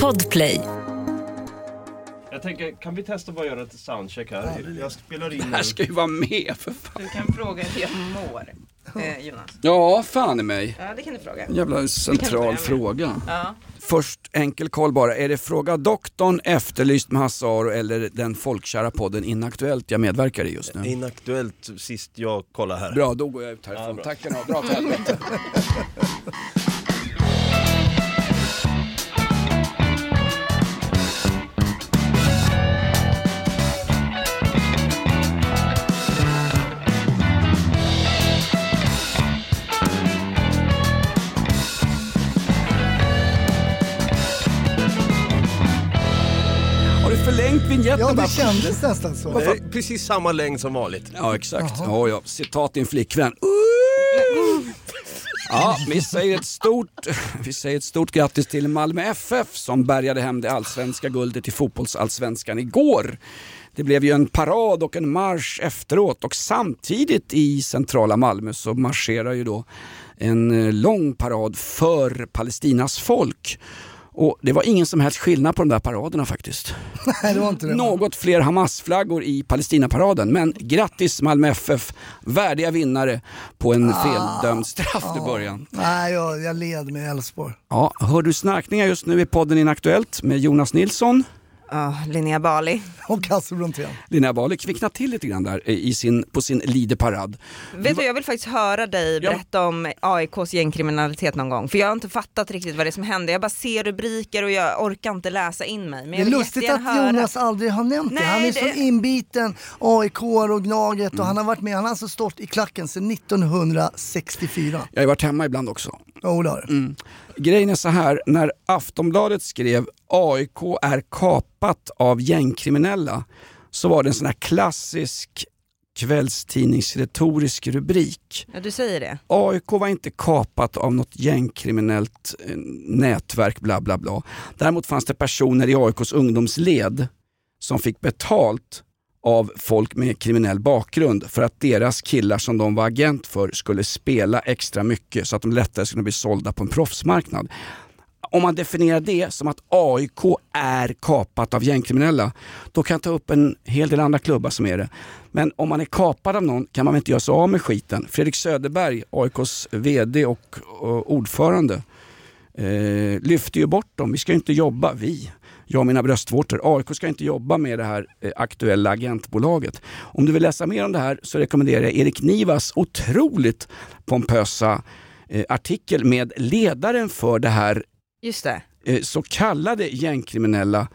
Podplay. Jag tänker, kan vi testa att bara göra ett soundcheck här? Jag spelar in. Det här ska ju vara med för fan. Du kan fråga hur jag mår, Jonas. Ja, fan i mig. Ja, det kan du fråga. Jävla central fråga. Ja. Först enkel koll bara. Är det Fråga Doktorn, Efterlyst med Hasse Aro eller den folkkära podden Inaktuellt jag medverkar i just nu? Inaktuellt sist jag kollar här. Bra, då går jag ut härifrån. Ja, tack för nu. Bra till helvete. Förlängt vignetten. Ja, det kändes nästan så. Det är precis samma längd som vanligt. Ja, exakt. Ja, citat din flickvän. Ja, vi säger ett stort grattis till Malmö FF som bärgade hem det allsvenska guldet i fotbollsallsvenskan igår. Det blev ju en parad och en marsch efteråt och samtidigt i centrala Malmö så marscherar ju då en lång parad för Palestinas folk. Och det var ingen som helst skillnad på de där paraderna faktiskt. Nej, det var inte det. Något fler Hamas-flaggor i Palestina-paraden. Men grattis Malmö FF, värdiga vinnare på en feldömd straff i början. Nej, jag led med Elfsborg. Ja, hör du snarkningar just nu i podden Inaktuellt med Jonas Nilsson. Linnea Bali. Och Hasse Brontén. Linnea Bali kvicknar till lite grann där på sin lideparad. Vet du, jag vill faktiskt höra dig berätta om AIKs gängkriminalitet någon gång. För jag har inte fattat riktigt vad det är som händer. Jag bara ser rubriker och jag orkar inte läsa in mig. Men det är lustigt att Jonas aldrig har nämnt det. Han är så inbiten AIK och Gnaget och han har varit med. Han har alltså stått i klacken sedan 1964. Jag har varit hemma ibland också. Grejen är så här, när Aftonbladet skrev AIK är kapat av gängkriminella så var det en sån här klassisk kvällstidningsretorisk rubrik. Ja, du säger det. AIK var inte kapat av något gängkriminellt nätverk bla bla bla. Däremot fanns det personer i AIKs ungdomsled som fick betalt av folk med kriminell bakgrund för att deras killar som de var agent för skulle spela extra mycket så att de lättare skulle bli sålda på en proffsmarknad. Om man definierar det som att AIK är kapat av gängkriminella, då kan jag ta upp en hel del andra klubbar som är det. Men om man är kapad av någon kan man inte göra sig av med skiten. Fredrik Söderberg, AIKs vd och ordförande, lyfter ju bort dem. Vi ska inte jobba, jag och mina bröstvårtor. AIK ska inte jobba med det här aktuella agentbolaget. Om du vill läsa mer om det här så rekommenderar jag Erik Nivas otroligt pompösa artikel med ledaren för det här så kallade gängkriminella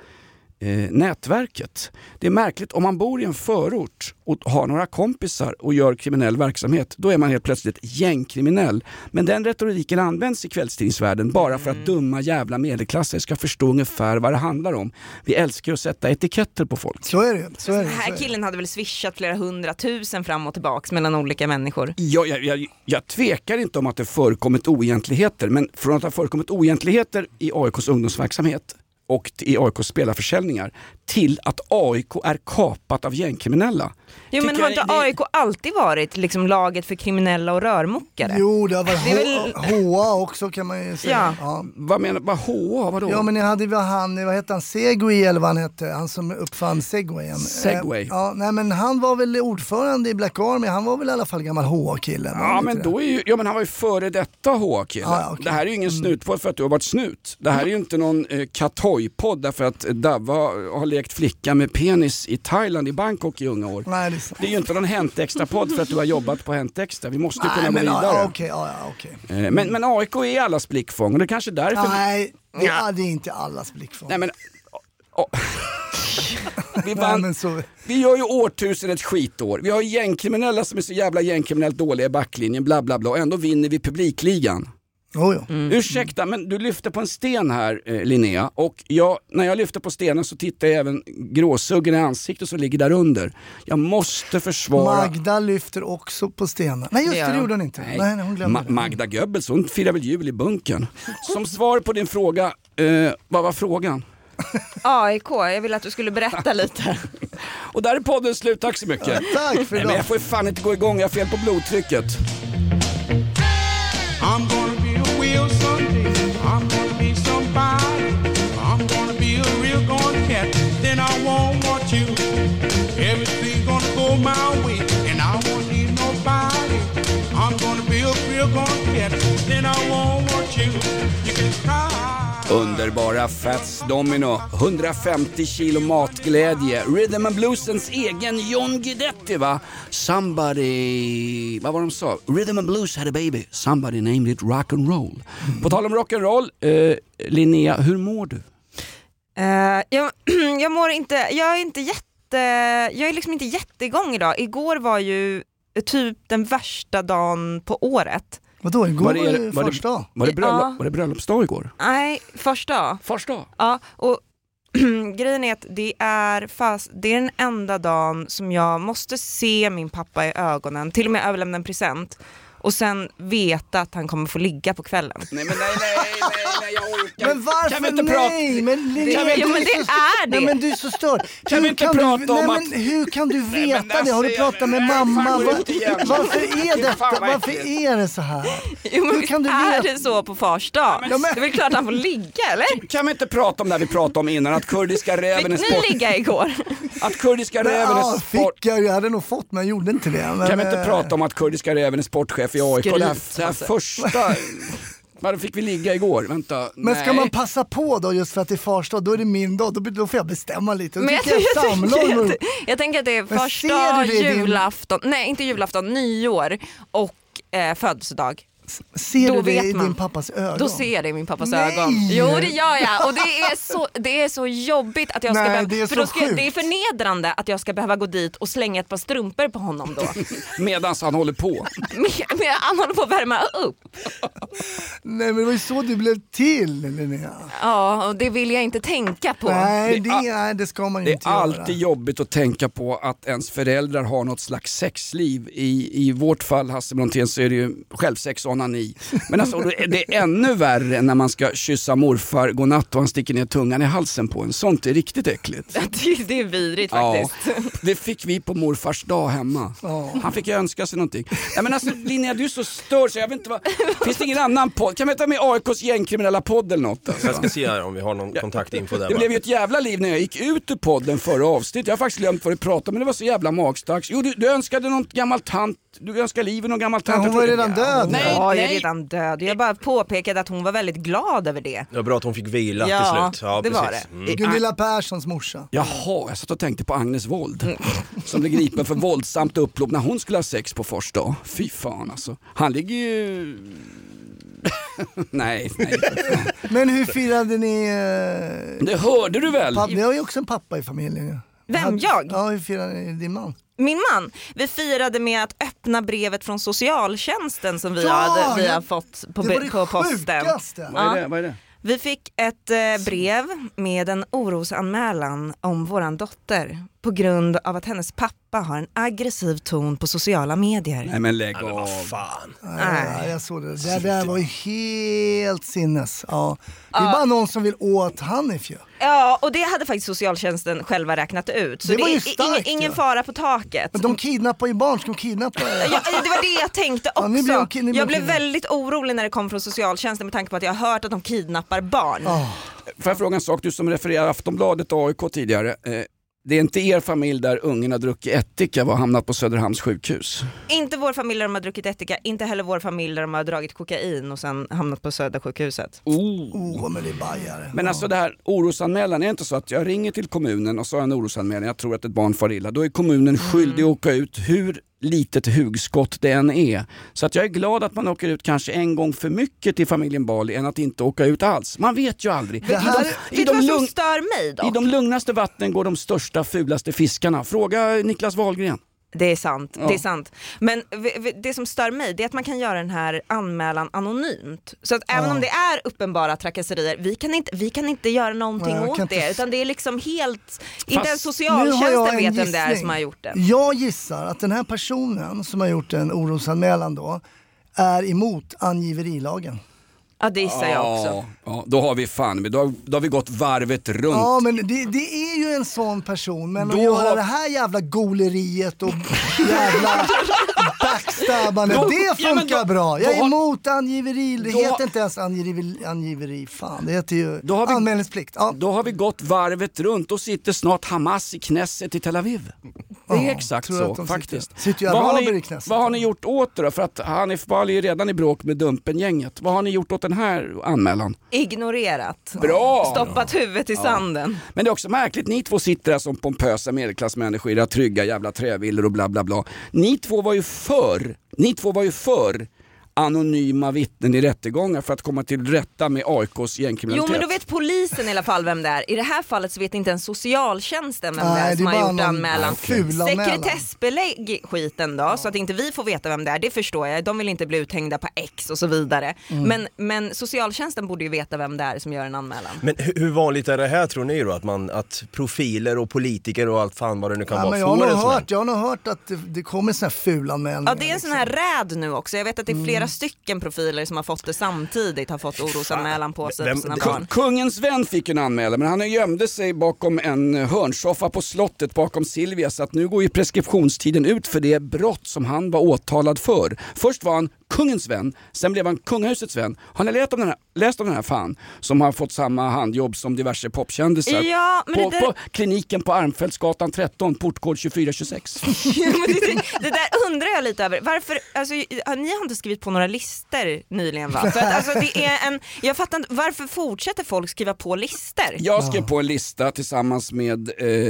nätverket. Det är märkligt, om man bor i en förort och har några kompisar och gör kriminell verksamhet, då är man helt plötsligt gängkriminell. Men den retoriken används i kvällstidningsvärlden bara för att dumma jävla medelklasser ska förstå ungefär vad det handlar om. Vi älskar att sätta etiketter på folk. Så är det. Den här killen hade väl swishat flera 100 000 fram och tillbaks mellan olika människor. Jag tvekar inte om att det förekommit oegentligheter, men från att det har förekommit oegentligheter i AIKs ungdomsverksamhet och i AIKs spelarförsäljningar till att AIK är kapat av gängkriminella. Jo, men har inte AIK alltid varit liksom laget för kriminella och rörmokare? Jo, det har varit HA också kan man ju säga. Ja. Vad menar du? HA? Vadå? Ja, men ni hade väl vad hette han? Segway eller vad han hette? Han som uppfann Segwayen. Segway? Men han var väl ordförande i Black Army. Han var väl i alla fall gammal HA-kille. Men han var ju före detta HA-kille. Okay. Det här är ju ingen snutpodd för att du har varit snut. Det här är ju inte någon Katoj-podd därför att Davva har lekt flicka med penis i Thailand, i Bangkok i unga år. Nej, det är ju inte någon Hänt Extra-podd för att du har jobbat på Hänt Extra. Vi måste kunna gå vidare. Okay. Men AIK är allas blickfång och det är kanske därför... Nej, det är inte allas blickfång. Nej, men... Vi gör ju årtusendets skitår. Vi har gängkriminella som är så jävla gängkriminellt dåliga i backlinjen, bla bla bla, och ändå vinner vi publikligan. Ursäkta, men du lyfter på en sten här, Linnea, och när jag lyfter på stenen så tittar jag även gråsuggen i ansiktet som ligger där under. Jag måste försvara... Magda lyfter också på stenen. Nej, just det gjorde hon inte. Nej, hon glömde Magda Goebbels, hon firar väl jul i bunken. Som svar på din fråga, vad var frågan? AIK, jag vill att du skulle berätta lite. Och där är podden slut, tack så mycket. Tack för men jag får ju fan inte gå igång, jag har fel på blodtrycket. I'm gonna be a wheel someday. I'm gonna be somebody. I'm gonna Underbara Fats Domino, 150 kilo matglädje, Rhythm and Bluesens egen John Guidetti, va? Somebody, vad var de sa? Rhythm and Blues had a baby, somebody named it rock and roll. På tal om rock and roll, Linnea, hur mår du? Jag mår inte, jag är liksom inte jättegång idag. Igår var ju typ den värsta dagen på året. Vadå, igår var det första dag? Var det bröllopsdag igår? Nej, första. Ja, och grejen är att det är den enda dagen som jag måste se min pappa i ögonen, till och med överlämna en present och sen veta att han kommer få ligga på kvällen. Nej, jag orkar. Men varför kan vi inte nej? Prata? Men det är det. Nej, men du är så störd. Kan vi inte prata om att... hur kan du veta det? Har du pratat med mamma? Varför är detta? Varför är det så här? Hur kan du veta? Det så på fars dag? Det är väl klart att han får ligga, eller? Kan vi inte prata om det vi pratade om innan? Att kurdiska räven är sport... Fick ni ligga igår? Att kurdiska räven är sport... Jag hade nog fått, men jag gjorde inte det. Men... Kan vi inte prata om att kurdiska räven är sportchef i AIK? Det här första... Varför fick vi ligga igår? Vänta. Men ska man passa på då just för att det är farsdag, då är det min dag, då får jag bestämma lite. Men jag tänker att det är första julafton, nej inte julafton, nyår och födelsedag. Ser då du det i man. Din pappas ögon? Då ser jag det i min pappas ögon. Jo, det gör jag. Och det är så jobbigt att jag ska behöva... det är för det är förnedrande att jag ska behöva gå dit och slänga ett par strumpor på honom då. Medan han håller på. Medan han håller på att värma upp. Nej, men det var ju så du blev till, Linnea. Ja, och det vill jag inte tänka på. Nej, det ska man inte göra. Det är alltid jobbigt att tänka på att ens föräldrar har något slags sexliv. I vårt fall, Hasse Brontén, så är det ju självsex och onani. Men alltså, det är ännu värre när man ska kyssa morfar godnatt och han sticker ner tungan i halsen på en. Sånt är riktigt äckligt. Det är vidrigt faktiskt. Ja, det fick vi på morfars dag hemma. Han fick ju önska sig någonting. Ja, men alltså, Linnea, du är så störd så jag vet inte vad... Finns det ingen annan podd? Kan vi ta med AIKs gängkriminella podd eller något? Alltså? Jag ska se om vi har någon kontaktinfo där. Det blev ju ett jävla liv när jag gick ut ur podden förra avsnitt. Jag har faktiskt glömt vad du pratade, men det var så jävla magstarkt. Jo, du önskade någon gammal tant. Du önskade livet någon gammal tant. Hon var redan död. Nej. Jag är redan död. Jag bara påpekade att hon var väldigt glad över det. Det var bra att hon fick vila till slut. Ja, det precis. var det. Gunilla Perssons morsa. Jaha, jag satt och tänkte på Agnes Wold som blev gripen för våldsamt upplopp när hon skulle ha sex på första dag. Fy fan alltså. Han ligger ju... nej. Men hur firade ni... Det hörde du väl? Ni har ju också en pappa i familjen. Vem, jag? Ja, hur firade ni din man? Min man, vi firade med att öppna brevet från socialtjänsten som vi har fått på posten. Vad är det? Vi fick ett brev med en orosanmälan om våran dotter på grund av att hennes pappa har en aggressiv ton på sociala medier. Nej, men lägg av. Vad fan. Nej, jag såg det. Det där var ju helt sinnes. Ja. Det är bara någon som vill åt Hanif ju. Ja, och det hade faktiskt socialtjänsten själva räknat ut. Så det var ju starkt, ingen fara på taket. Men de kidnappar ju barn, ska de kidnappa? Ja, det var det jag tänkte också. Ni jag blev väldigt orolig när det kom från socialtjänsten med tanke på att jag har hört att de kidnappar barn. Får jag fråga en sak, du som refererar Aftonbladet och AIK tidigare. Det är inte er familj där ungen har druckit ättika och hamnat på Söderhamns sjukhus? Inte vår familj där de har druckit ättika, inte heller vår familj där de har dragit kokain och sen hamnat på Södersjukhuset. Men det är bajare. Men alltså det här orosanmälan, är inte så att jag ringer till kommunen och så har en orosanmälan, jag tror att ett barn far illa, då är kommunen skyldig att åka ut hur litet hugskott det än är. Så att jag är glad att man åker ut kanske en gång för mycket till familjen Bali än att inte åka ut alls. Man vet ju aldrig. Vet du vad som stör mig då? I de lugnaste vattnen går de största, fulaste fiskarna. Fråga Niklas Wahlgren. Det är sant, det är sant. Men det som stör mig det är att man kan göra den här anmälan anonymt. Så att även om det är uppenbara trakasserier, vi kan inte göra någonting åt det. Utan det är liksom helt, inte ens socialtjänsten vet vem det är som har gjort det. Jag gissar att den här personen som har gjort en orosanmälan då är emot angiverilagen. Ja, det gissar jag också. Ja, då har vi fan, då har vi gått varvet runt. Ja, men det är ju en sån person. Men att göra det här jävla goleriet och jävla backstabbande, det funkar bra. Jag är emot angiveri. Det heter inte ens angiveri. Fan, det heter ju anmälningsplikt. Ja. Då har vi gått varvet runt och sitter snart Hamas i Knesset i Tel Aviv. Det är exakt så faktiskt. Sitter vad har ni gjort åt det då? För att Hanif Bali är redan i bråk med Dumpen-gänget. Vad har ni gjort åt den här anmälan? Ignorerat. Bra! Stoppat huvudet i sanden. Men det är också märkligt, ni två sitter här som pompösa medelklassmänniskor i era trygga jävla trävillor och bla bla bla. Ni två var ju för anonyma vittnen i rättegångar för att komma till rätta med AIKs gängkriminalitet. Jo, men då vet polisen i alla fall vem det är. I det här fallet så vet inte ens socialtjänsten vem det är som har gjort anmälan. Sekretessbelägg skiten då, så att inte vi får veta vem det är. Det förstår jag. De vill inte bli uthängda på X och så vidare. Men socialtjänsten borde ju veta vem det är som gör en anmälan. Men hur vanligt är det här, tror ni då? Att profiler och politiker och allt fan vad det nu kan vara. Men jag har nog hört att det kommer såna här fulanmälningar. Ja, det är en sån här räd nu också. Jag vet att det är flera stycken profiler som har fått det samtidigt, har fått orosanmälan på sig på sina barn. Kungens vän fick en anmälan, men han gömde sig bakom en hörnsoffa på slottet bakom Silvia, så att nu går ju preskriptionstiden ut för det brott som han var åtalad för. Först var han kungens vän, sen blev han kungahusets vän. Har ni läst om den här fan som har fått samma handjobb som diverse popkändisar? Ja, men på kliniken på Armfältsgatan 13, portkod 2426. Det där undrar jag lite över. Varför, alltså, ni har inte skrivit på några lister nyligen, va? För att, alltså, det är jag fattar inte, varför fortsätter folk skriva på lister? Jag skrev på en lista tillsammans med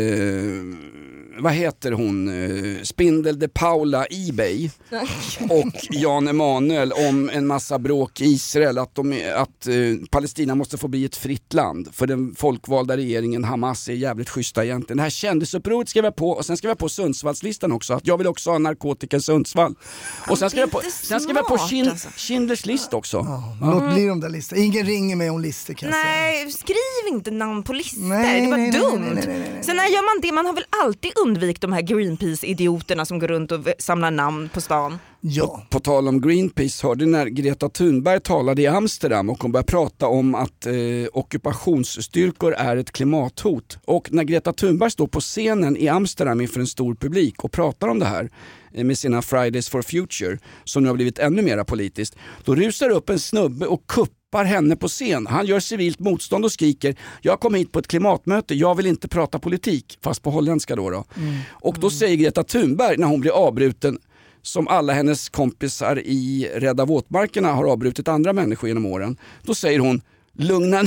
vad heter hon? Spindel de Paula eBay och Jan Emanuel om en massa bråk i Israel, att Palestina måste få bli ett fritt land, för den folkvalda regeringen Hamas är jävligt schyssta egentligen. Det här kändisupproret skrev jag på, och sen skrev jag på Sundsvallslistan också, att jag vill också ha narkotika i Sundsvall. Och sen skrev jag på Schindlers list också. Låt bli de där listor. Ingen ringer mig om listor, kan jag säga. Nej, skriv inte namn på listor. Det var dumt. Sen när gör man det, man har väl alltid undvikit de här Greenpeace-idioterna som går runt och samlar namn på stan. Ja. På tal om Greenpeace, hörde när Greta Thunberg talade i Amsterdam och hon började prata om att ockupationsstyrkor är ett klimathot. Och när Greta Thunberg står på scenen i Amsterdam inför en stor publik och pratar om det här med sina Fridays for Future, som nu har blivit ännu mer politiskt, då rusar upp en snubbe och kuppar henne på scen. Han gör civilt motstånd och skriker: jag kom hit på ett klimatmöte, jag vill inte prata politik, fast på holländska då. Och då säger Greta Thunberg, när hon blir avbruten, som alla hennes kompisar i Rädda våtmarkerna har avbrutit andra människor genom åren, då säger hon: lugna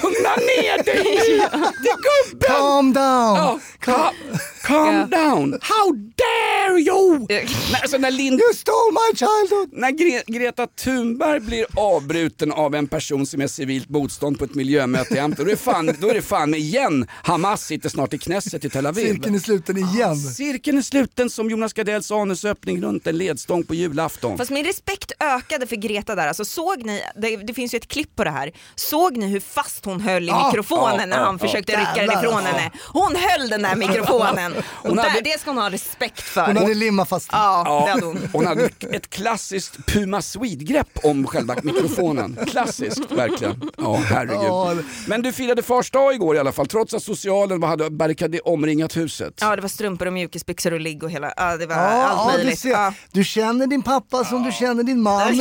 ner dig det gubben! Calm down! Ja, calm down! How dare you! You stole my childhood! När Greta Thunberg blir avbruten av en person som är civilt motstånd på ett miljömöte i Amsterdam, då är det fan med igen. Hamas sitter snart i Knesset i Tel Aviv. Cirkeln är sluten igen. Cirkeln är sluten som Jonas Gardells anusöppning runt en ledstång på julafton. Fast min respekt ökade för Greta där. Alltså, såg ni, det finns ju ett klipp på det här. Såg ni hur fast hon höll i mikrofonen när han försökte rycka den ifrån henne? Hon höll den där mikrofonen. Och det ska hon ha respekt för. Hon hade limmat fast. Ja, det hade hon. Hon hade ett klassiskt Puma Swede-grepp om själva mikrofonen. Klassiskt, verkligen. Ja, herregud. Men du firade fars dag igår i alla fall, trots att socialen hade omringat huset. Ja, det var strumpor och mjukisbyxor och ligg och hela. Ja, det var allt möjligt. Du känner din pappa som du känner din man.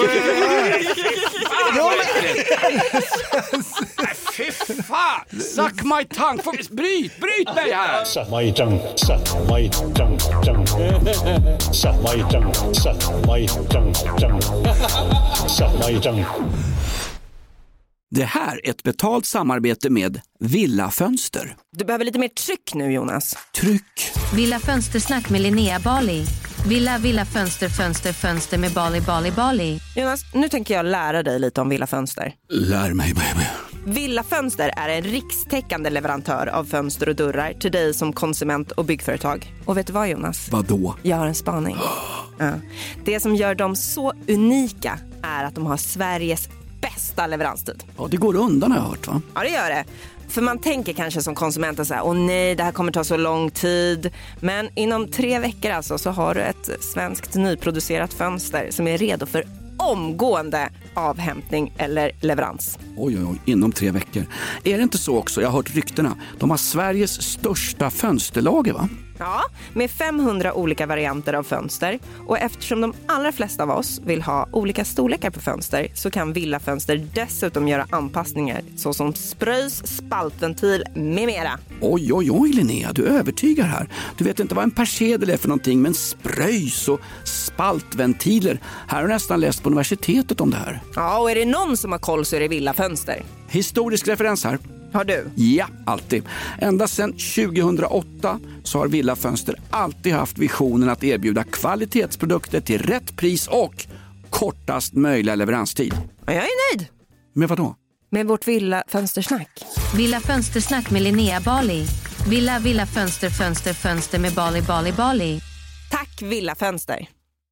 Fy fan! Suck my tongue! Bryt mig här! Suck my tongue, suck my tongue, tongue. Suck my tongue, suck my tongue, tongue. Suck my tongue. Det här är ett betalt samarbete med Villa Fönster. Du behöver lite mer tryck nu, Jonas. Tryck. Villa Fönstersnack med Linnea Bali. Villa fönster med Bali. Jonas, nu tänker jag lära dig lite om Villa Fönster. Lär mig, baby. Villa Fönster är en rikstäckande leverantör av fönster och dörrar till dig som konsument och byggföretag. Och vet du vad, Jonas? Vadå? Jag har en spaning. Ja. Det som gör dem så unika är att de har Sveriges bästa leveranstid. Ja, det går undan har jag hört, va? Ja, det gör det. För man tänker kanske som konsument så här: åh nej, det här kommer ta så lång tid. Men inom 3 veckor alltså så har du ett svenskt nyproducerat fönster som är redo för omgående avhämtning eller leverans. Oj, inom 3 veckor. Är det inte så också? Jag har hört ryktena. De har Sveriges största fönsterlager, va? Ja, med 500 olika varianter av fönster. Och eftersom de allra flesta av oss vill ha olika storlekar på fönster så kan Villa Fönster dessutom göra anpassningar såsom spröjs, spaltventil med mera. Oj, Linnea, du övertygar här. Du vet inte vad en persedel är för någonting, men spröjs och spaltventiler. Här har jag nästan läst på universitetet om det här. Ja, och är det någon som har koll så är det Villa Fönster. Historisk referens här. Har du? Ja, alltid. Ända sedan 2008 så har Villa Fönster alltid haft visionen att erbjuda kvalitetsprodukter till rätt pris och kortast möjliga leveranstid. Jag är nöjd. Med vad då? Med vårt Villa Fönstersnack. Villa Fönstersnack med Linnea Bali. Villa Fönster med Bali. Tack Villa Fönster.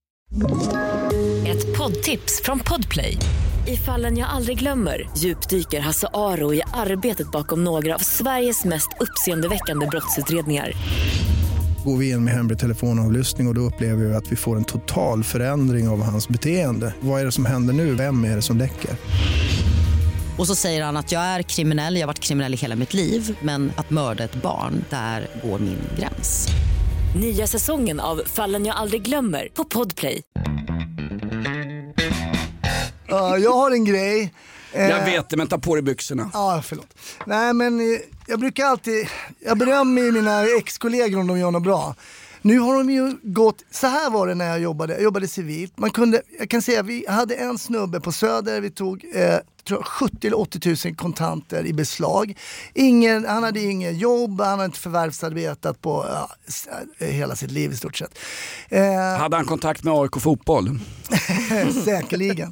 Ett poddtips från Podplay. I Fallen jag aldrig glömmer djupdyker Hasse Aro i arbetet bakom några av Sveriges mest uppseendeväckande brottsutredningar. Går vi in med hemlig telefonavlyssning och då upplever vi att vi får en total förändring av hans beteende. Vad är det som händer nu? Vem är det som läcker? Och så säger han att jag är kriminell, jag har varit kriminell i hela mitt liv. Men att mörda ett barn, där går min gräns. Nya säsongen av Fallen jag aldrig glömmer på Podplay. Jag har en grej. Jag vet det, men ta på dig byxorna. Ja, förlåt. Nej, men jag brukar alltid... Jag berömmer mina ex-kollegor om de gör något bra. Nu har de ju gått... Så här var det när jag jobbade. Jag jobbade civilt. Jag kan säga, vi hade en snubbe på Söder. Vi tog 70 eller 80 000 kontanter i beslag. Han hade ingen jobb. Han hade inte förvärvsarbetat på hela sitt liv i stort sett. Hade han kontakt med AIK fotboll? Säkerligen.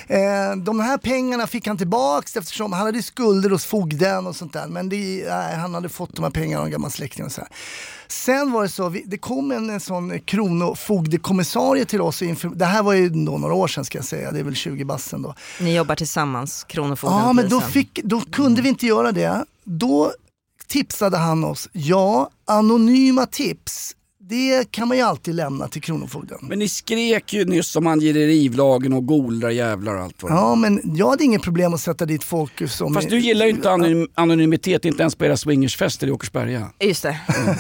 De här pengarna fick han tillbaks eftersom han hade skulder hos fogden och sånt där. Men han hade fått de här pengarna av en gammal släkting och så här. Sen var det så, det kom en sån kronofogdekommissarie till oss. Det här var ju då några år sedan ska jag säga, det är väl 20 bassen då. Ni jobbar tillsammans, kronofogden. Ja, men då kunde vi inte göra det. Då tipsade han oss, anonyma tips. Det kan man ju alltid lämna till kronofogden. Men ni skrek ju nyss om angiverivlagen och golar jävlar och allt vad det. Ja, men jag hade ingen problem att sätta dit fokus. Fast du gillar ju inte anonymitet, inte ens på era swingersfester i Åkersberga. Just det.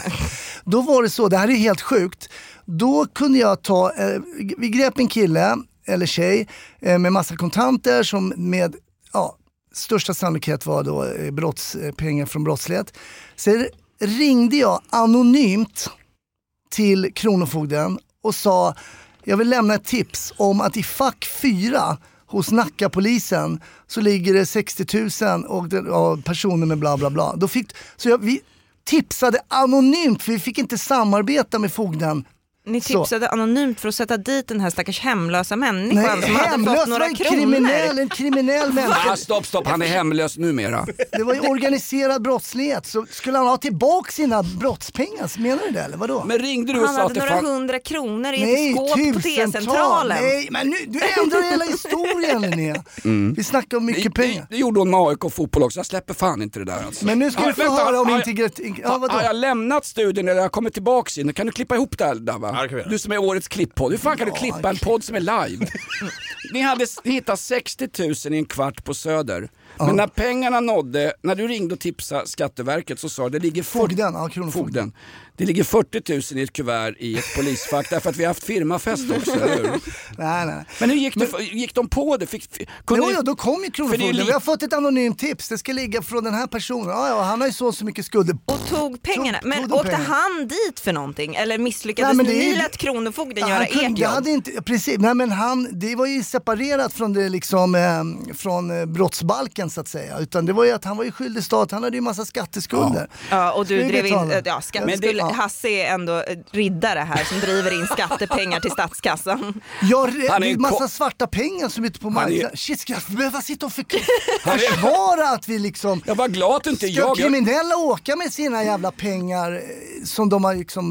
Då var det så, det här är helt sjukt. Då kunde jag vi grep en kille eller tjej med massa kontanter som med största sannolikhet var då pengar från brottslighet. Så ringde jag anonymt till kronofogden och sa, jag vill lämna ett tips om att i fack 4 hos Nackapolisen så ligger det 60 000 och personer med bla bla bla. Vi tipsade anonymt för vi fick inte samarbeta med fogden. Ni tipsade anonymt för att sätta dit den här stackars hemlösa människan som hade fått några kronor. En kriminell människa. Stopp, han är hemlös numera. Det var ju organiserad brottslighet, så skulle han ha tillbaka sina brottspengar, menar du det eller vadå? Men ringde du och han sa hade att några 100 kronor i ett skåp på T-centralen. Nej, men nu, du ändrar hela historien, Linnea. Vi snackar om mycket pengar. Det gjorde hon med AIK fotboll också, jag släpper fan inte det där alltså. Men nu ska vi få höra om integritet. Har jag lämnat studion eller har jag kommit tillbaka in? Kan du klippa ihop det där va? Du som är årets klipppodd. Hur fan kan du klippa en podd som är live? Ni hittade 60 000 i en kvart på Söder. Men när pengarna när du ringde och tipsade Skatteverket så sa det ligger fogden. Det ligger 40 000 i ett kuvert i ett polisfack därför att vi har haft firmafest också, eller hur? Nej. Men hur gick de på det? Då kom ju kronofogden. Vi har fått ett anonymt tips. Det ska ligga från den här personen. Han har ju så mycket skulder. Och tog pengarna. Men åkte han dit för någonting? Eller misslyckades ni att kronofogden göra ert jobb? Precis. Nej, men det var ju separerat från det liksom från brottsbalken så att säga. Utan det var ju att han var ju skyldig stat. Han hade ju massa skatteskulder. Ja, och du drev in skatteskulder. Hasse är ändå riddare här som driver in skattepengar till statskassan. Ja, det är massa svarta pengar som är ute på marknaden. Shit, ska jag behöva sitta och försvara att vi liksom... Jag var glad att inte ska kriminella åka med sina jävla pengar som de har liksom...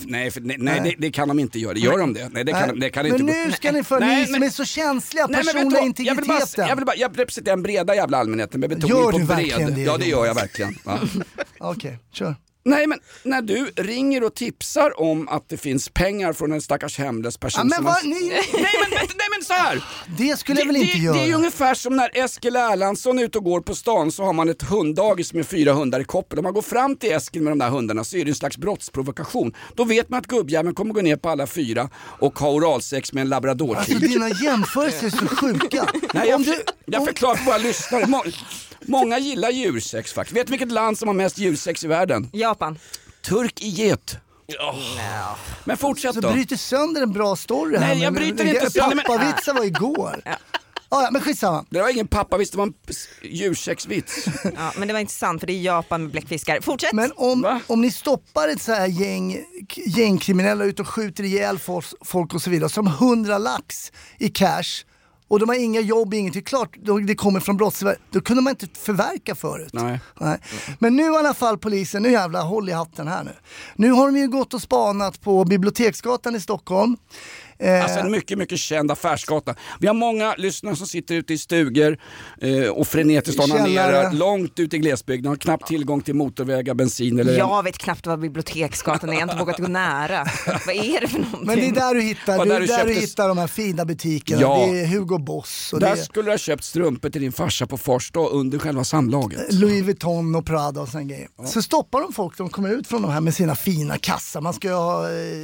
Nej, det kan de inte göra. Gör de det? Nej, det kan inte. Men nu ska ni ni som är så känsliga personliga integriteten. Jag representerar en breda jävla allmänheten med betoning på bred. Ja, det gör jag verkligen. Okej, kör. Nej, men när du ringer och tipsar om att det finns pengar från en stackars hemlös person men nej men så här. Det skulle jag väl inte göra. Det är ju ungefär som när Eskil Erlandsson är ute och går på stan, så har man ett hunddagis med 4 hundar i koppel. Om man går fram till Eskil med de där hundarna så är det en slags brottsprovokation. Då vet man att gubbjäveln kommer gå ner på alla 4 och ha oralsex med en labrador. Alltså dina jämförelser är så sjuka. Nej, jag förklarar för våra lyssnare. Många gillar djursex faktiskt. Vet du vilket land som har mest djursex i världen? Japan. Turk i get. Men fortsätt då. Så bryter sönder en bra story här. Nej, jag bryter inte sönder. Pappavitsen var igår. Ja, men skitsamma. Det var ingen pappaviss, det var en djursexvits. Ja, men det var inte sant, för det är Japan med bläckfiskar. Fortsätt. Men om ni stoppar ett så här gängkriminella ut och skjuter ihjäl folk och så vidare, som 100 lax i cash, och de har inga jobb, ingenting klart, det kommer från brottslighet, då kunde man inte förverka förut. Nej. Men nu i alla fall polisen, nu jävla håll i hatten här nu. Nu har de ju gått och spanat på Biblioteksgatan i Stockholm. Alltså en mycket, mycket känd affärsgata. Vi har många lyssnare som sitter ute i stugor och frenetiskt onanerar långt ut i glesbygden, har knappt tillgång till motorvägar, bensin eller... Jag vet knappt vad Biblioteksgatan är, jag har inte vågat gå nära. Vad är det för någonting? Men det är där du hittar, du hittar de här fina butikerna. Ja. Det är Hugo Boss. Och där skulle du ha köpt strumpor till din farsa på Farsta under själva samlaget. Louis Vuitton och Prada och sån grejer. Ja. Så stoppar de folk, de kommer ut från de här med sina fina kassar. Man ska ju ha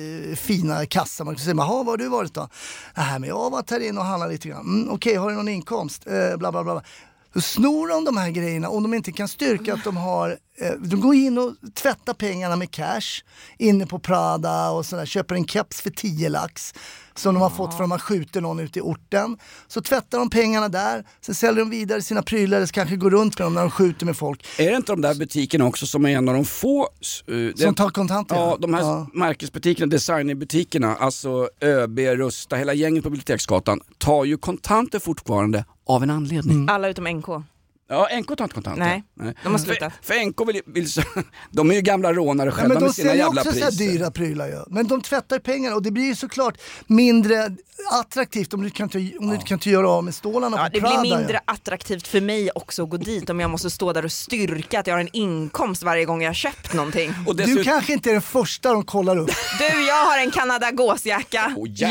fina kassar. Man kan säga, vad har du varit då? Nej, men jag har varit här inne och handlat lite grann. Okej, har du någon inkomst? Bla bla bla. Då snor de här grejerna om de inte kan styrka att de har... De går in och tvättar pengarna med cash inne på Prada och sådär, köper en keps för 10 lax som de har fått för att man skjuter någon ute i orten. Så tvättar de pengarna där, sen säljer de vidare sina prylar, eller kanske går runt med dem när de skjuter med folk. Är det inte de där butikerna också som är en av de få... som tar kontanter? Ja, de här märkesbutikerna, designerbutikerna, alltså ÖB, Rusta, hela gänget på Biblioteksgatan tar ju kontanter fortfarande av en anledning. Alla utom NK. Ja, NK tar inte kontanter. Nej, de har slutat. För NK vill de är ju gamla rånare själva med sina jävla priser. Men de säljer också så dyra prylar ju. Men de tvättar pengar och det blir ju såklart mindre attraktivt om du kan inte göra av med stålarna på det Prada. Blir mindre attraktivt för mig också att gå dit om jag måste stå där och styrka att jag har en inkomst varje gång jag har köpt någonting. Och du kanske inte är den första de kollar upp. Du, jag har en Canada Gåsjacka.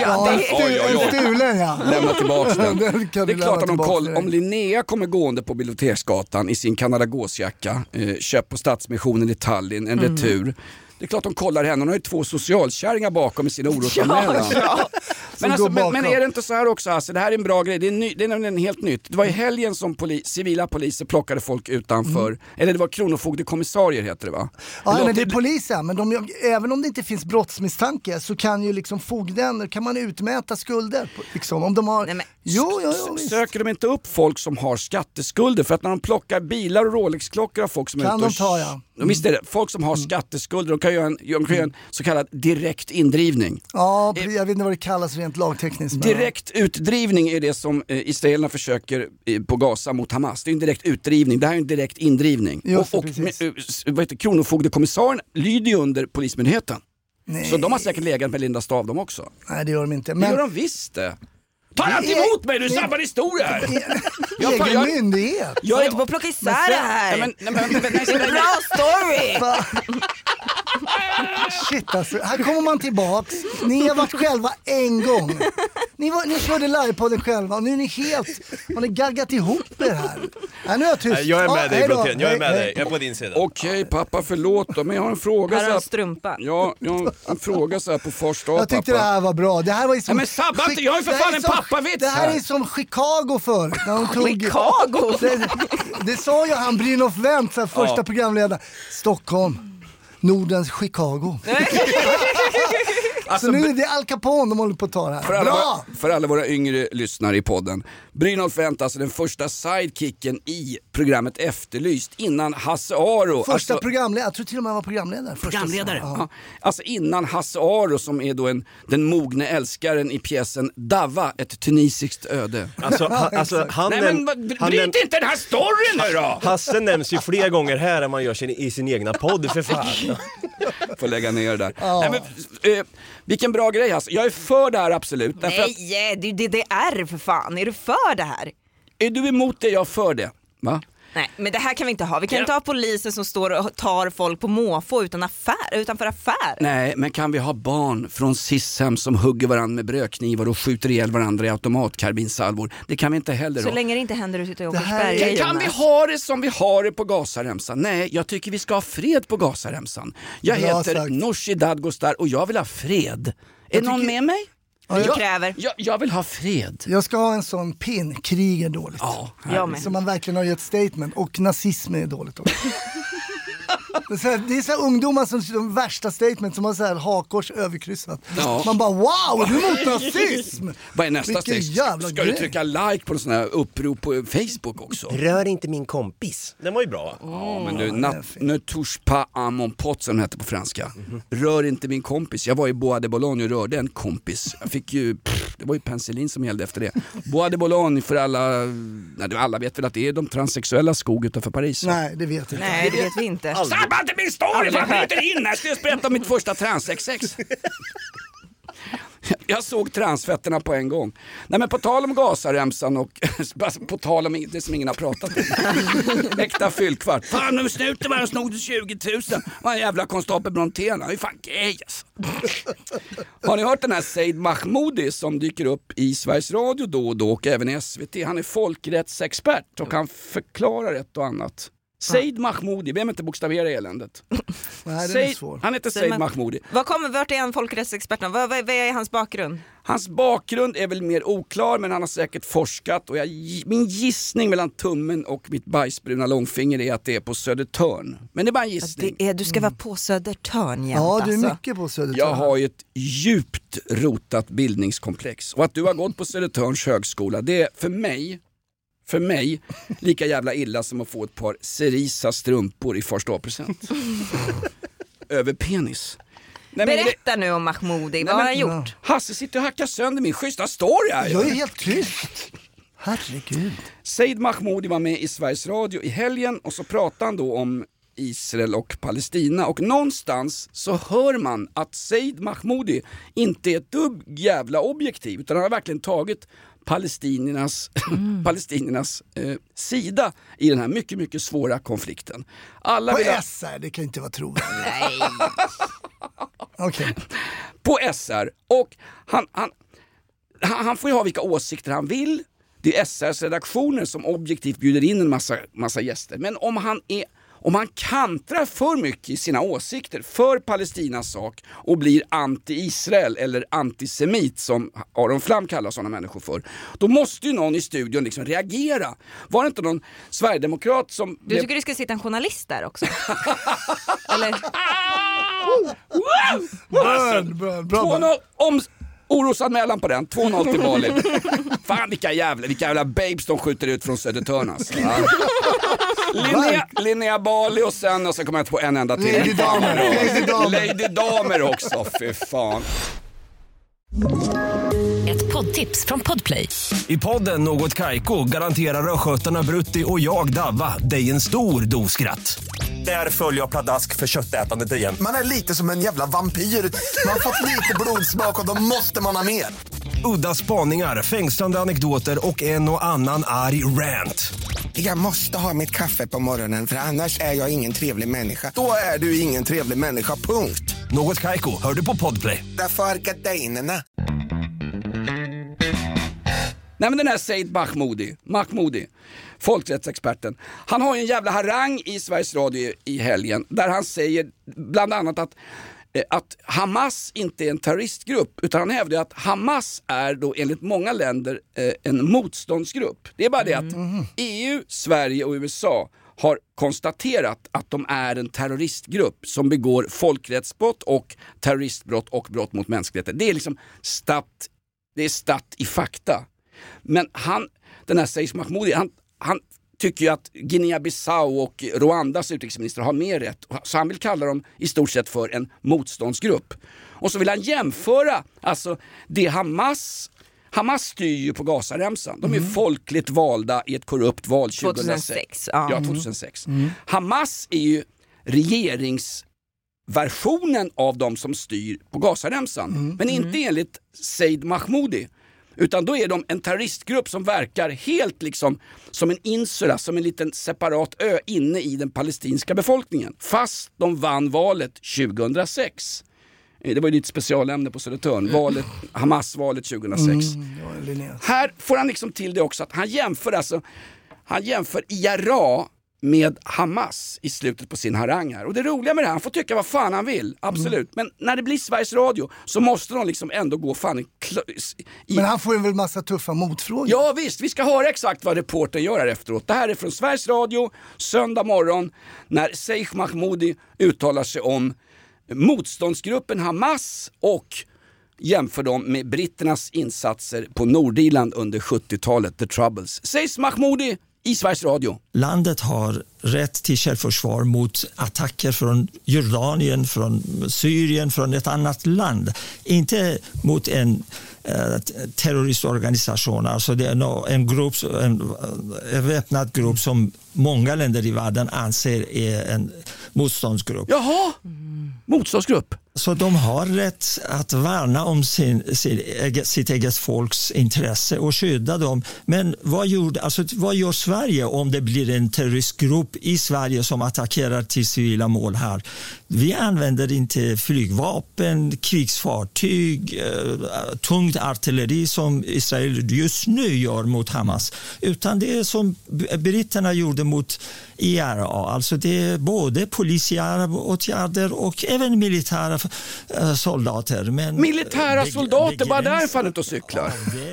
En stulen, ja. Lämna tillbaka den. Det är klart att om Linnea kommer gående på Biblioteksgatan i sin Canada Gåsjacka, köp på Stadsmissionen i Tallinn, en retur. Det är klart de kollar henne, hon har ju 2 socialkärringar bakom i sina orosanmälan. Men är det inte så här också, alltså, det här är en bra grej, det är nämligen helt nytt. Det var i helgen som civila poliser plockade folk utanför, eller det var kronofogdekommissarier heter det va? Ja, men det är polisen, men även om det inte finns brottsmisstanke så kan ju liksom fogden, kan man utmäta skulder liksom, om de har... Söker de inte upp folk som har skatteskulder? För att när de plockar bilar och Rolex-klockor av folk som kan de ta, ja. Visst är det, folk som har skatteskulder, de kan göra en så kallad direkt indrivning. Ja, jag vet inte vad det kallas rent lagtekniskt. Direkt utdrivning är det som israelerna försöker på Gaza mot Hamas. Det är en direkt utdrivning, det här är en direkt indrivning. Och kronofogdekommissarien lyder ju under polismyndigheten. Nej. Så de har säkert legat med Linda Stav de också. Nej, det gör de inte. Men... Det gör de visst det. Ta allt emot mig, du sabbar historia här. Egen myndighet. Jag är inte på att plocka isär det här. Bra story. Shit alltså, här kommer man tillbaks. Ni har varit själva en gång. Ni körde livepodden själva och nu är ni man har gaggat ihop er här. Nu är jag tyst. Jag är med dig Brottén, jag är med dig. Jag är på din sida. Okej pappa, förlåt då, men jag har en fråga. Här har en strumpa. Ja, jag har en fråga så här på Farsta. Jag tyckte pappa. Det här var bra. Det här var ju som... men sabbat, jag har ju för fan en pappavits. Det här är som Chicago för. Chicago? Det sa ju han Brynolf Wendt, första programledare. Stockholm. Nordens Chicago. Alltså, så nu är det Al Capone de håller på att ta det här. För alla våra yngre lyssnare i podden. Brynolf Wendt, alltså den första sidekicken i programmet Efterlyst innan Hasse Aro. Första programledare, jag tror till och med han var programledare. Programledare, ja. Alltså innan Hasse Aro som är då den mogne älskaren i pjäsen Dava, ett tunisiskt öde. Bryt inte den här storyn nu då! Hasse nämns ju fler gånger här än man gör i sin egna podd för fan. Får lägga ner där. Nej, men, vilken bra grej alltså. Jag är för det här absolut. Nej, det är för fan. Är du för det här? Är du emot det? Jag är för det. Va? Nej, men det här kan vi inte ha. Vi kan inte ha polisen som står och tar folk på måfå utanför affär. Nej, men kan vi ha barn från SIS-hem som hugger varandra med brödknivar och skjuter ihjäl varandra i automatkarbinsalvor? Det kan vi inte heller ha. Så länge det inte händer ute i Åkersberga. Kan vi ha det som vi har det på Gazaremsan? Nej, jag tycker vi ska ha fred på Gazaremsan. Jag heter Nooshi Dadgostar och jag vill ha fred. Är någon med mig? Jag vill ha fred. Jag ska ha en sån pin. Krig är dåligt. Så man verkligen har gett statement. Och nazism är dåligt också. Det är så här ungdomar som de värsta statement som har så här hakors överkryssat. Man bara wow, du är mot nazism. Vad är nästa steg? Ska du trycka like på en sån här upprop på Facebook också? Rör inte min kompis. Den var ju bra. Ja, men du, ne touche pas à mon pote som den heter på franska. Rör inte min kompis. Jag var i Bois de Boulogne och rörde en kompis. Jag fick ju, det var ju penicillin som gällde efter det. Bois de Boulogne för alla vet väl att det är de transsexuella skog utanför Paris. Nej, det vet jag inte. Nej, det vet vi inte. Sabba inte min story, för jag bryter in här. Ska jag berätta om mitt första transsexex? Jag såg transfetterna på en gång. Nej, men på tal om Gazaremsan och på tal om det som ingen har pratat om. Äkta fyllkvart. Fan, nu snuten var och snodde 20 000. Vad en jävla konstapel Brontén. Det är fan gay alltså. Har ni hört den här Said Mahmoudi som dyker upp i Sveriges Radio då och då och även i SVT? Han är folkrättsexpert och kan förklara ett och annat. Said Mahmoudi, vem inte bokstavera eländet? Nej, det är svårt. Han heter Said Mahmoudi. Vart är han folkrättsexperten? Vad är hans bakgrund? Hans bakgrund är väl mer oklar, men han har säkert forskat och min gissning mellan tummen och mitt bajsbruna långfinger är att det är på Södertörn. Men det är bara en gissning. Du ska vara på Södertörn jämt, ja, du är mycket på Södertörn. Jag har ju ett djupt rotat bildningskomplex och att du har gått på Södertörns högskola, det är för mig lika jävla illa som att få ett par Cerisa strumpor i första A-present. Över penis. Nej, berätta nu om Mahmoudi, vad har han gjort? Hasse sitter och hackar sönder min schyssta story här. Jag är helt tyst. Herregud. Said Mahmoudi var med i Sveriges Radio i helgen och så pratade han då om Israel och Palestina och någonstans så hör man att Said Mahmoudi inte är ett dugg jävla objektiv utan han har verkligen tagit palestiniernas sida i den här mycket, mycket svåra konflikten. På SR, det kan inte vara trovärdigt. Nej. Okay. På SR och han får ju ha vilka åsikter han vill. Det är SRs redaktioner som objektivt bjuder in en massa gäster. Men om han kantrar för mycket i sina åsikter för Palestinas sak och blir anti-Israel eller antisemit som Aron Flam kallar sådana människor för, då måste ju någon i studion liksom reagera. Var det inte någon sverigedemokrat som... Du tycker det ska sitta en journalist där också? Eller? Bra. Orosanmälan på den, 2-0 till Bali. Fan vilka jävla babes de skjuter ut från Södertörn alltså. Linnea Bali och sen kommer jag på en enda till. Lady Damer också, för fan. Ett poddtips från Podplay. I podden Något Kaiko garanterar röskötarna Brutti och jag Davva dig en stor doskratt. Där följer jag pladask för köttätandet igen. Man är lite som en jävla vampyr. Man har fått lite blodsmak och då måste man ha mer. Udda spaningar, fängslande anekdoter och en och annan arg rant. Jag måste ha mitt kaffe på morgonen för annars är jag ingen trevlig människa. Då är du ingen trevlig människa, punkt. Något Kaiko, hör du på Podplay. Därför är gardinerna. Nej, men den här Said Mahmoudi, folkrättsexperten, han har ju en jävla harang i Sveriges Radio i helgen där han säger bland annat att Hamas inte är en terroristgrupp utan han hävdar att Hamas är då enligt många länder en motståndsgrupp. Det är bara det att EU, Sverige och USA har konstaterat att de är en terroristgrupp som begår folkrättsbrott och terroristbrott och brott mot mänskligheten. Det är liksom statt i fakta. Men den här Said Mahmoudi, han tycker ju att Guinea-Bissau och Rwandas utrikesminister har mer rätt. Så han vill kalla dem i stort sett för en motståndsgrupp. Och så vill han jämföra, alltså det Hamas styr ju på Gazaremsan. De är folkligt valda i ett korrupt val 2006. Ja, 2006. Hamas är ju regeringsversionen av de som styr på Gazaremsan. Men inte enligt Said Mahmoudi. Utan då är de en terroristgrupp som verkar helt liksom som en insula, som en liten separat ö inne i den palestinska befolkningen. Fast de vann valet 2006. Det var ju ditt specialämne på Södertörn. Hamas-valet 2006. Här får han liksom till det också att han jämför IRA med Hamas i slutet på sin harang här. Och det roliga med det här, han får tycka vad fan han vill, absolut. Men när det blir Sveriges Radio så måste de liksom ändå gå fan Men han får ju väl massa tuffa motfrågor. Ja visst, vi ska höra exakt vad reportern gör här efteråt. Det här är från Sveriges Radio, söndag morgon, när Seif Mahmoudi uttalar sig om motståndsgruppen Hamas och jämför dem med britternas insatser på Nordirland under 70-talet, The Troubles. Seif Mahmoudi i Sveriges Radio. Landet har rätt till självförsvar mot attacker från Jordanien, från Syrien, från ett annat land. Inte mot en terroristorganisation. Alltså det är en grupp, en väpnad grupp som många länder i världen anser är en motståndsgrupp. Jaha, motståndsgrupp. Så de har rätt att värna om sitt eget folks intresse och skydda dem. Men vad gör Sverige om det blir en terroristgrupp i Sverige som attackerar till civila mål här? Vi använder inte flygvapen, krigsfartyg, tungt artilleri som Israel just nu gör mot Hamas. Utan det är som britterna gjorde mot IRA. Alltså det är både polisiära åtgärder och även militära soldater. Men militära soldater, bara där fan inte och cyklar.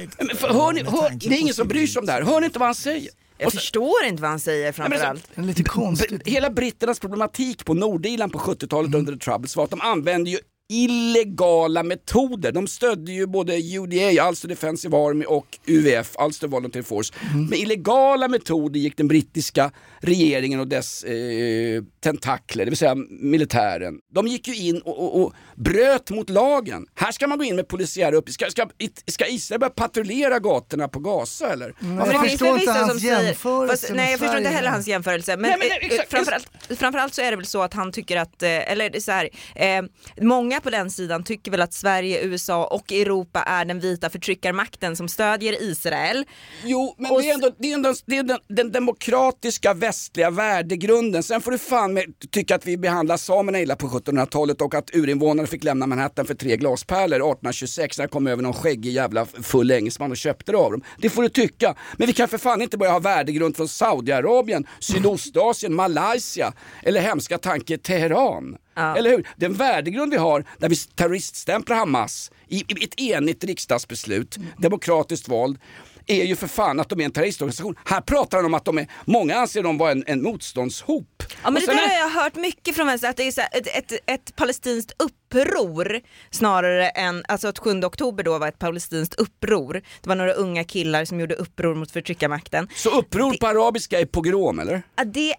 Det är ingen som bryr sig om det här. Hör ni inte vad han säger? Jag förstår inte vad han säger framförallt. Det är lite konstigt. Hela britternas problematik på Nordirland på 70-talet under The Troubles var att de använde ju illegala metoder. De stödde ju både UDA, Ulster Defensive Army, och UVF, Ulster Volunteer Force. Med illegala metoder gick den brittiska regeringen och dess tentakler, det vill säga militären. De gick ju in och bröt mot lagen. Här ska man gå in med polisiära uppgifter. Ska Israel börja patrullera gatorna på Gaza eller? Jag förstår inte hans jämförelse. Nej, jag förstår inte heller hans jämförelse. Men framförallt så är det väl så att han tycker att, eller det är så här, många på den sidan tycker väl att Sverige, USA och Europa är den vita förtryckarmakten som stödjer Israel. Jo, men det är den demokratiska västliga värdegrunden. Sen får du fan tycka att vi behandlar samerna illa på 1700-talet och att urinvånare fick lämna Manhattan för 3 glaspärlor 1826 när det kom över någon skäggig jävla full engelsman och köpte det av dem. Det får du tycka. Men vi kan för fan inte börja ha värdegrund från Saudiarabien, Sydostasien, Malaysia eller hemska tanke Teheran. Ja. Eller hur? Den värdegrund vi har där vi terroriststämplar Hamas i ett enigt riksdagsbeslut, demokratiskt vald, är ju för fan att de är en terroristorganisation. Här pratar han om att många anser dem vara en motståndshop. Ja, men det där har jag hört mycket från vänster, att det är så ett palestinskt uppror snarare än, alltså att 7 oktober då var ett palestinskt uppror. Det var några unga killar som gjorde uppror mot förtryckarmakten. Så uppror på arabiska är pogrom, eller? Ja, det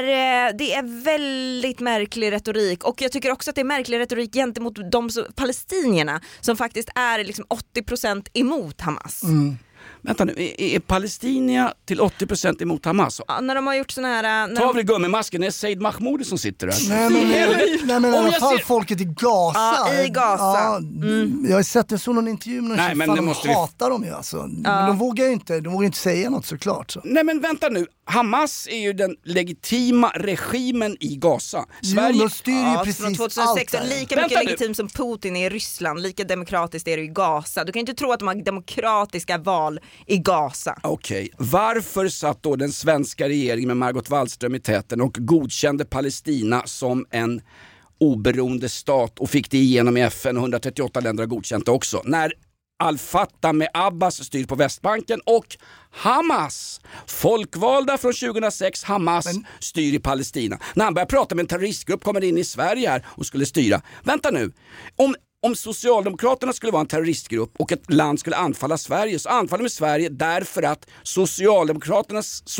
är väldigt märklig retorik, och jag tycker också att det är märklig retorik gentemot de palestinierna som faktiskt är liksom 80% emot Hamas. Vänta nu, är palestinier till 80% emot Hamas? Ja, när de har gjort såna här... Ta väl gummimasken, det är Seif Mahmoudi som sitter där. Nej men i alla fall folket i Gaza. Ja, i Gaza. Ja, jag har sett en sån intervju med de hatar dem ju alltså. Ja. Men de vågar ju inte säga något såklart. Så. Nej men vänta nu, Hamas är ju den legitima regimen i Gaza. Sverige de styr ju precis från 2006, allt lika mycket legitim som Putin är i Ryssland, lika demokratiskt är det i Gaza. Du kan inte tro att de har demokratiska val i Gaza. Okej, varför satt då den svenska regeringen med Margot Wallström i täten och godkände Palestina som en oberoende stat och fick det igenom i FN och 138 länder har godkänt det också? När Al-Fatah med Abbas styr på Västbanken och Hamas, folkvalda från 2006, Hamas styr i Palestina. När han börjar prata med en terroristgrupp kommer in i Sverige här och skulle styra. Vänta nu, om Socialdemokraterna skulle vara en terroristgrupp och ett land skulle anfalla Sverige, så anfaller de Sverige därför att Socialdemokraterna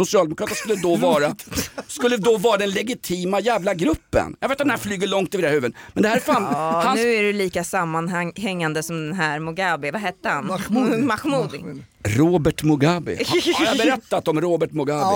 skulle då vara den legitima jävla gruppen. Jag vet att den här flyger långt över det här huvudet. Men det här är fan... Nu är det lika sammanhängande som den här Mugabe. Vad hette han? Mahmoudi. Robert Mugabe. Har jag berättat om Robert Mugabe? Ja.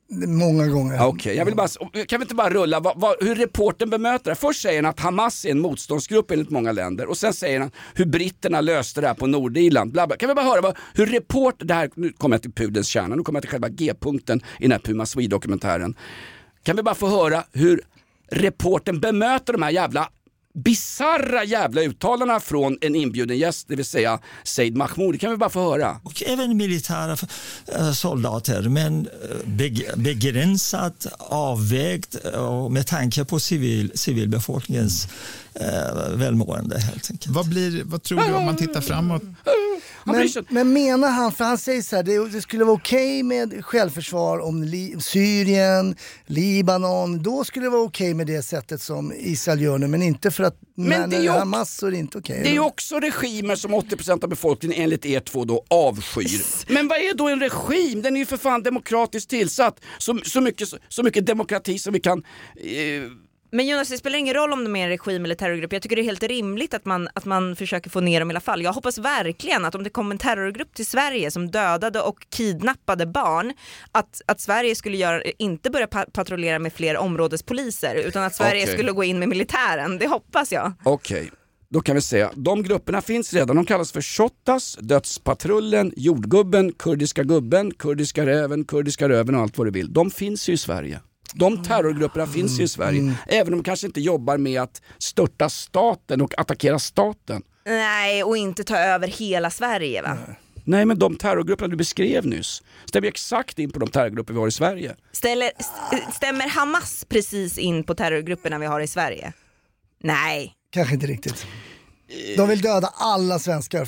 Många gånger. Okej, jag vill bara, kan vi inte bara rulla hur reporten bemöter det? Först säger han att Hamas är en motståndsgrupp enligt många länder och sen säger han hur britterna löste det här på Nordirland. Bla bla. Kan vi bara höra hur det här, nu kommer jag till pudelns kärna, nu kommer jag till själva G-punkten i den här Puma Swede-dokumentären. Kan vi bara få höra hur reporten bemöter de här jävla bizarra jävla uttalarna från en inbjuden gäst, det vill säga Said Mahmoudi. Kan vi bara få höra? Och även militära soldater, men begränsat, avvägt och med tanke på civilbefolkningens välmående helt enkelt. Vad tror du om man tittar framåt? Men menar han, för han säger så här, det skulle vara okej med självförsvar om Syrien, Libanon, då skulle det vara okej med det sättet som Israel gör nu, men inte för att men det är Hamas så är det inte okej. Det är ju också regimer som 80% av befolkningen enligt er två då avskyr. Men vad är då en regim? Den är ju för fan demokratiskt tillsatt. Så mycket demokrati som vi kan... Men Jonas, det spelar ingen roll om de är en regim eller terrorgrupp. Jag tycker det är helt rimligt att man försöker få ner dem i alla fall. Jag hoppas verkligen att om det kommer en terrorgrupp till Sverige som dödade och kidnappade barn, att Sverige skulle inte börja patrullera med fler områdespoliser, utan att Sverige skulle gå in med militären. Det hoppas jag. Okej. Då kan vi säga, de grupperna finns redan. De kallas för Shottaz, Dödspatrullen, Jordgubben, Kurdiska gubben, Kurdiska räven, Kurdiska röven och allt vad du vill. De finns ju i Sverige. De terrorgrupperna finns ju i Sverige. Även om de kanske inte jobbar med att störta staten och attackera staten. Nej, och inte ta över hela Sverige, va? Nej, men de terrorgrupperna du beskrev nyss stämmer exakt in på de terrorgrupper vi har i Sverige. Stämmer Hamas precis in på terrorgrupperna vi har i Sverige? Nej. Kanske inte riktigt. De vill döda alla svenskar.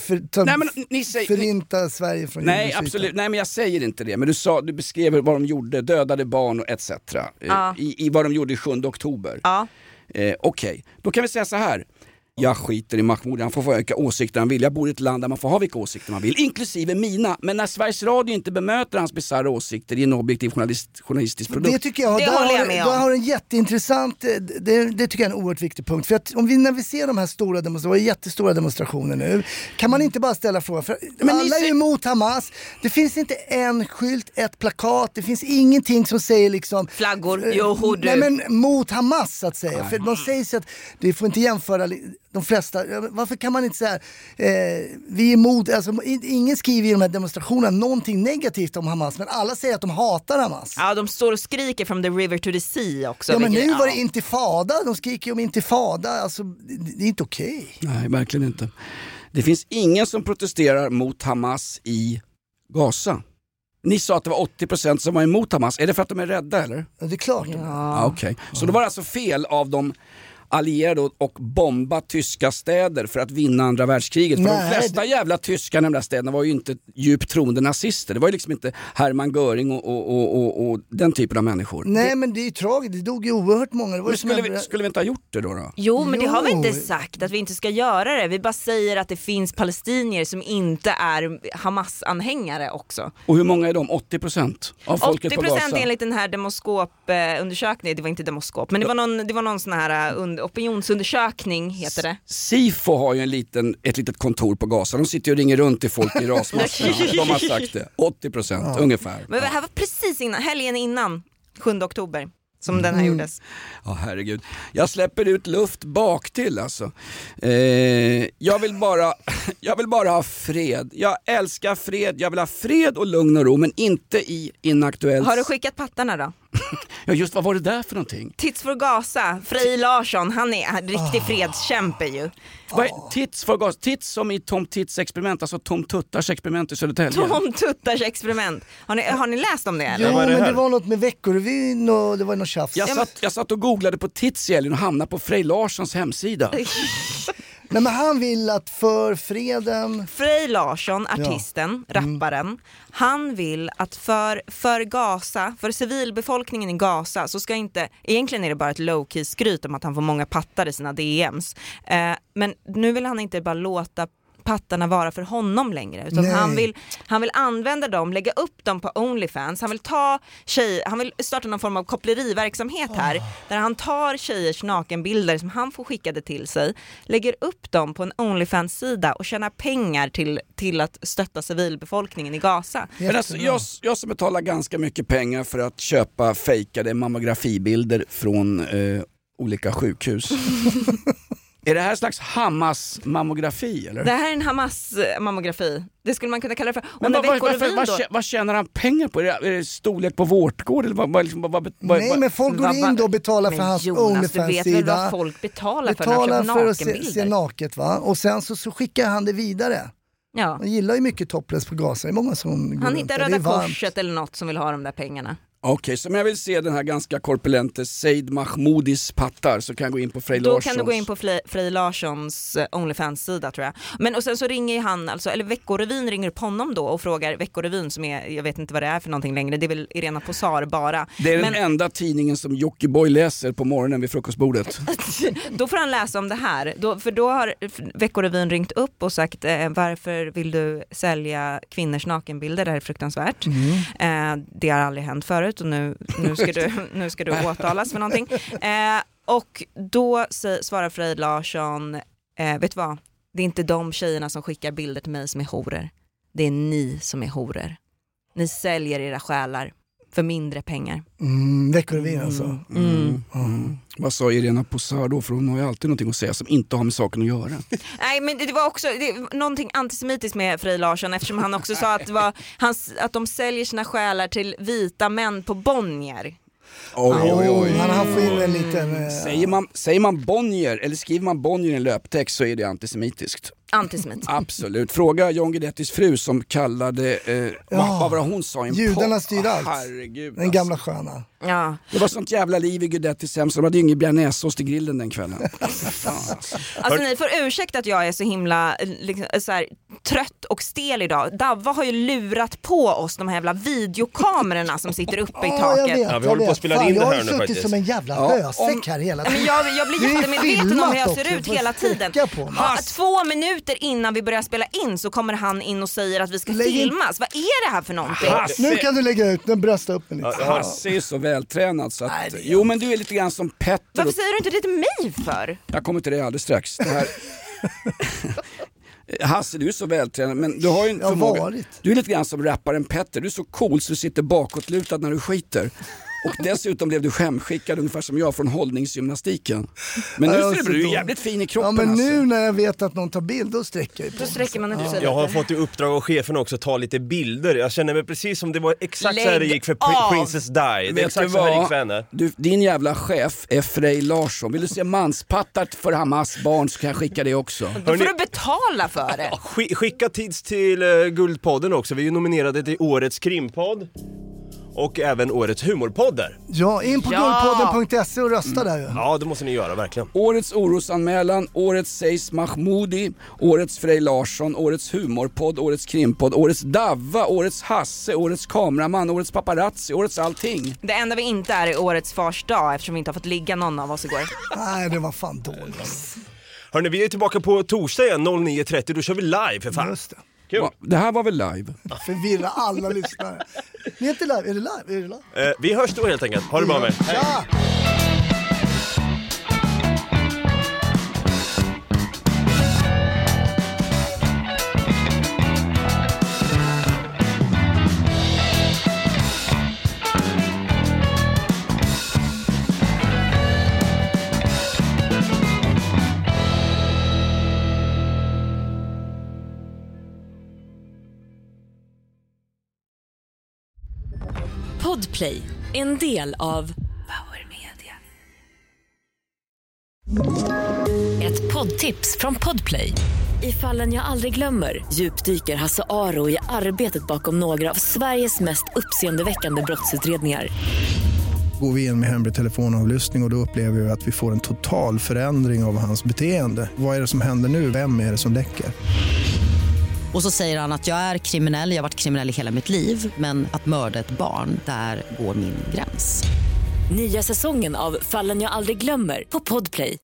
Förinta Sverige från Nej, jordens absolut. yta. Nej, men jag säger inte det. Men du beskrev vad de gjorde. Dödade barn och etc. I vad de gjorde 7 oktober. Ja. Okej, då kan vi säga så här. Jag skiter i Mahmoud, han får få vilka åsikter han vill. Jag bor i ett land där man får ha vilka åsikter man vill, inklusive mina. Men när Sveriges Radio inte bemöter hans bizarra åsikter i en objektiv journalistisk produkt. Det tycker jag, där har en jätteintressant, det tycker jag är en oerhört viktig punkt. För att när vi ser de här stora demonstrationerna, jättestora demonstrationer nu, kan man inte bara ställa frågan, för alla är emot Hamas. Det finns inte en skylt, ett plakat, det finns ingenting som säger liksom flaggor, nej, men mot Hamas så att säga. För de säger så att det får inte jämföra de flesta, varför kan man inte säga vi är emot, alltså, ingen skriver i de här demonstrationerna någonting negativt om Hamas, men alla säger att de hatar Hamas. Ja, de står och skriker from the river to the sea också. Ja, men nu var det intifada, de skriker om intifada, alltså det är inte okej. Nej, verkligen inte. Det finns ingen som protesterar mot Hamas i Gaza. Ni sa att det var 80% som var emot Hamas. Är det för att de är rädda eller? Ja, det är klart. Okej. Så det var alltså fel av de allierade och bomba tyska städer för att vinna andra världskriget. För de flesta jävla tyskar i de där städerna var ju inte djupt troende nazister. Det var ju liksom inte Hermann Göring och den typen av människor. Nej, men det är ju tragiskt. Det dog ju oerhört många. Det var skulle vi inte ha gjort det då? Jo, men det har vi inte sagt att vi inte ska göra det. Vi bara säger att det finns palestinier som inte är Hamas-anhängare också. Och hur många är de? 80% av folket på Gaza? 80% enligt den här Demoskop-undersökningen. Det var inte Demoskop, men det var någon sån här opinionsundersökning heter det. Sifo har ju ett litet kontor på Gaza. De sitter och ringer runt till folk i rasmassorna. De har sagt det. 80% ungefär. Men det här var precis innan, helgen innan 7 oktober som den här gjordes. Ja, herregud. Jag släpper ut luft bak till alltså. Jag vill bara ha fred. Jag älskar fred. Jag vill ha fred och lugn och ro, men inte i inaktuellt. Har du skickat pattarna då? Ja, just vad var det där för någonting? Tits för Gaza, Frej Larsson, han är en riktig fredskämpe ju. Tits för Gaza, Tits som i Tom Tits experiment, alltså Tom Tuttars experiment i Södertälje. Tom Tuttars experiment. Har ni läst om det eller? Jo, men det var något med Veckorevyn och det var något tjafs. Jag satt och googlade på Tits i helgen och hamnade på Frej Larssons hemsida. Nej, men han vill att för freden... Frej Larsson, artisten, rapparen, han vill att för Gaza, för civilbefolkningen i Gaza, så ska inte, egentligen är det bara ett low-key skryt om att han får många pattar i sina DMs. Men nu vill han inte bara låta pattarna vara för honom längre. Utan han vill använda dem, lägga upp dem på OnlyFans. Han vill starta någon form av koppleriverksamhet här. Där han tar tjejers nakenbilder som han får skickade till sig, lägger upp dem på en OnlyFans-sida och tjänar pengar till att stötta civilbefolkningen i Gaza. Men alltså, jag som betalar ganska mycket pengar för att köpa fejkade mammografibilder från olika sjukhus. Är det här en slags Hamas-mammografi? Eller? Det här är en Hamas-mammografi. Det skulle man kunna kalla det för. Men vad tjänar han pengar på? Är det storlek på vårtgård? Nej, men folk går in då och betalar för hans OnlyFans-sida. Du vet väl vad folk betalar för att se naket, va? Och sen så skickar han det vidare. Ja. Man gillar ju mycket topless på Gaza. Det är många som han hittar Röda Korset eller något som vill ha de där pengarna. Okej, så om jag vill se den här ganska korpulente Said Mahmoudis pattar så kan jag gå in på Frej Larssons. Då kan du gå in på Frej Larssons OnlyFans-sida, tror jag. Och sen så ringer han, eller Veckorevyn ringer upp honom då och frågar, Veckorevyn som är, jag vet inte vad det är för någonting längre, det är väl Irena Posar bara. Det är den enda tidningen som Jockiboi läser på morgonen vid frukostbordet. Då får han läsa om det här. För då har Veckorevyn ringt upp och sagt, varför vill du sälja kvinnors nakenbilder? Det här är fruktansvärt. Det har aldrig hänt förut. Och nu ska du åtalas för någonting. Och då svarar Frej Larsson, vet du vad? Det är inte de tjejerna som skickar bilder till mig som är horor. Det är ni som är horor. Ni säljer era själar för mindre pengar. Veckorevyn alltså. Vad sa Irena Posar då? För hon har ju alltid någonting att säga som inte har med saken att göra. Nej, men det var också någonting antisemitiskt med Frej Larsson, eftersom han också sa att de säljer sina själar till vita män på Bonnier. Oj. Han får in en liten... Säger man Bonnier eller skriver man Bonnier i en löptext så är det antisemitiskt. Antisemit. Absolut. Fråga John Guidettis fru som kallade vad var det hon sa? Judarna styr allt. Herregud. Den gamla sköna. Ja. Det var sånt jävla liv i Guidettis hem så de hade ju ingen bearnaisesås till grillen den kvällen. Alltså ni får ursäkta att jag är så himla så här, trött och stel idag. Davva har ju lurat på oss de här jävla videokamerorna som sitter uppe i taket. Jag vet. Vi håller på att spela in det här nu faktiskt. Jag har suttit som en jävla hösäck här hela tiden. Men jag blir jättemedveten om hur jag ser ut hela tiden. 2 minuter innan vi börjar spela in så kommer han in och säger att vi ska filmas. Vad är det här för någonting? Nu kan du lägga ut den, brösta upp den lite. Hasse är så vältränad så att... Jo, men du är lite grann som Petter. Varför säger du inte det till mig för? Jag kommer till det alldeles strax. Det här... Hasse, du är så vältränad, men du har ju en förmåga. Du är lite grann som rapparen Petter. Du är så cool så du sitter bakåtlutad när du skiter. Och dessutom blev du skämskickad ungefär som jag från hållningsgymnastiken. Men nu ser du jävligt fin i kroppen. Ja, men nu när jag vet att någon tar bild, då sträcker jag på. Då sträcker man inte sig. Jag har fått i uppdrag av chefen också att ta lite bilder. Jag känner mig precis som det var exakt så här det gick för Princess Di. Det är exakt så här det gick för henne. Din jävla chef är Frej Larsson. Vill du se manspattar för Hamas barn så kan jag skicka det också. Då får du betala för det. Skicka tids till Guldpodden också. Vi är ju nominerade till årets krimpodd. Och även årets humorpodder. Ja, in på guldpodden.se och rösta där ju. Ja, det måste ni göra, verkligen. Årets orosanmälan, årets Seis Mahmoudi, årets Frej Larsson, årets humorpodd, årets krimpodd, årets Davva, årets Hasse, årets kameraman, årets paparazzi, årets allting. Det enda vi inte är årets fars dag eftersom vi inte har fått ligga någon av oss igår. Nej, det var fan dåligt. Hörrni, vi är tillbaka på torsdag igen, 09.30. Då kör vi live för fan. Just det. Kul. Det här var väl live? Förvirra alla lyssnare. Ni är inte live, är det live? Vi hörs då helt enkelt. Ha det bra med. Ja. Podplay, en del av Power Media. Ett poddtips från Podplay. I fallen jag aldrig glömmer djupdyker Hasse Aro i arbetet bakom några av Sveriges mest uppseendeväckande brottsutredningar. Går vi in med hemlig telefonavlyssning och då upplever vi att vi får en total förändring av hans beteende. Vad är det som händer nu? Vem är det som läcker? Och så säger han att jag är kriminell, jag har varit kriminell i hela mitt liv. Men att mörda ett barn, där går min gräns. Nya säsongen av Fallen jag aldrig glömmer på Podplay.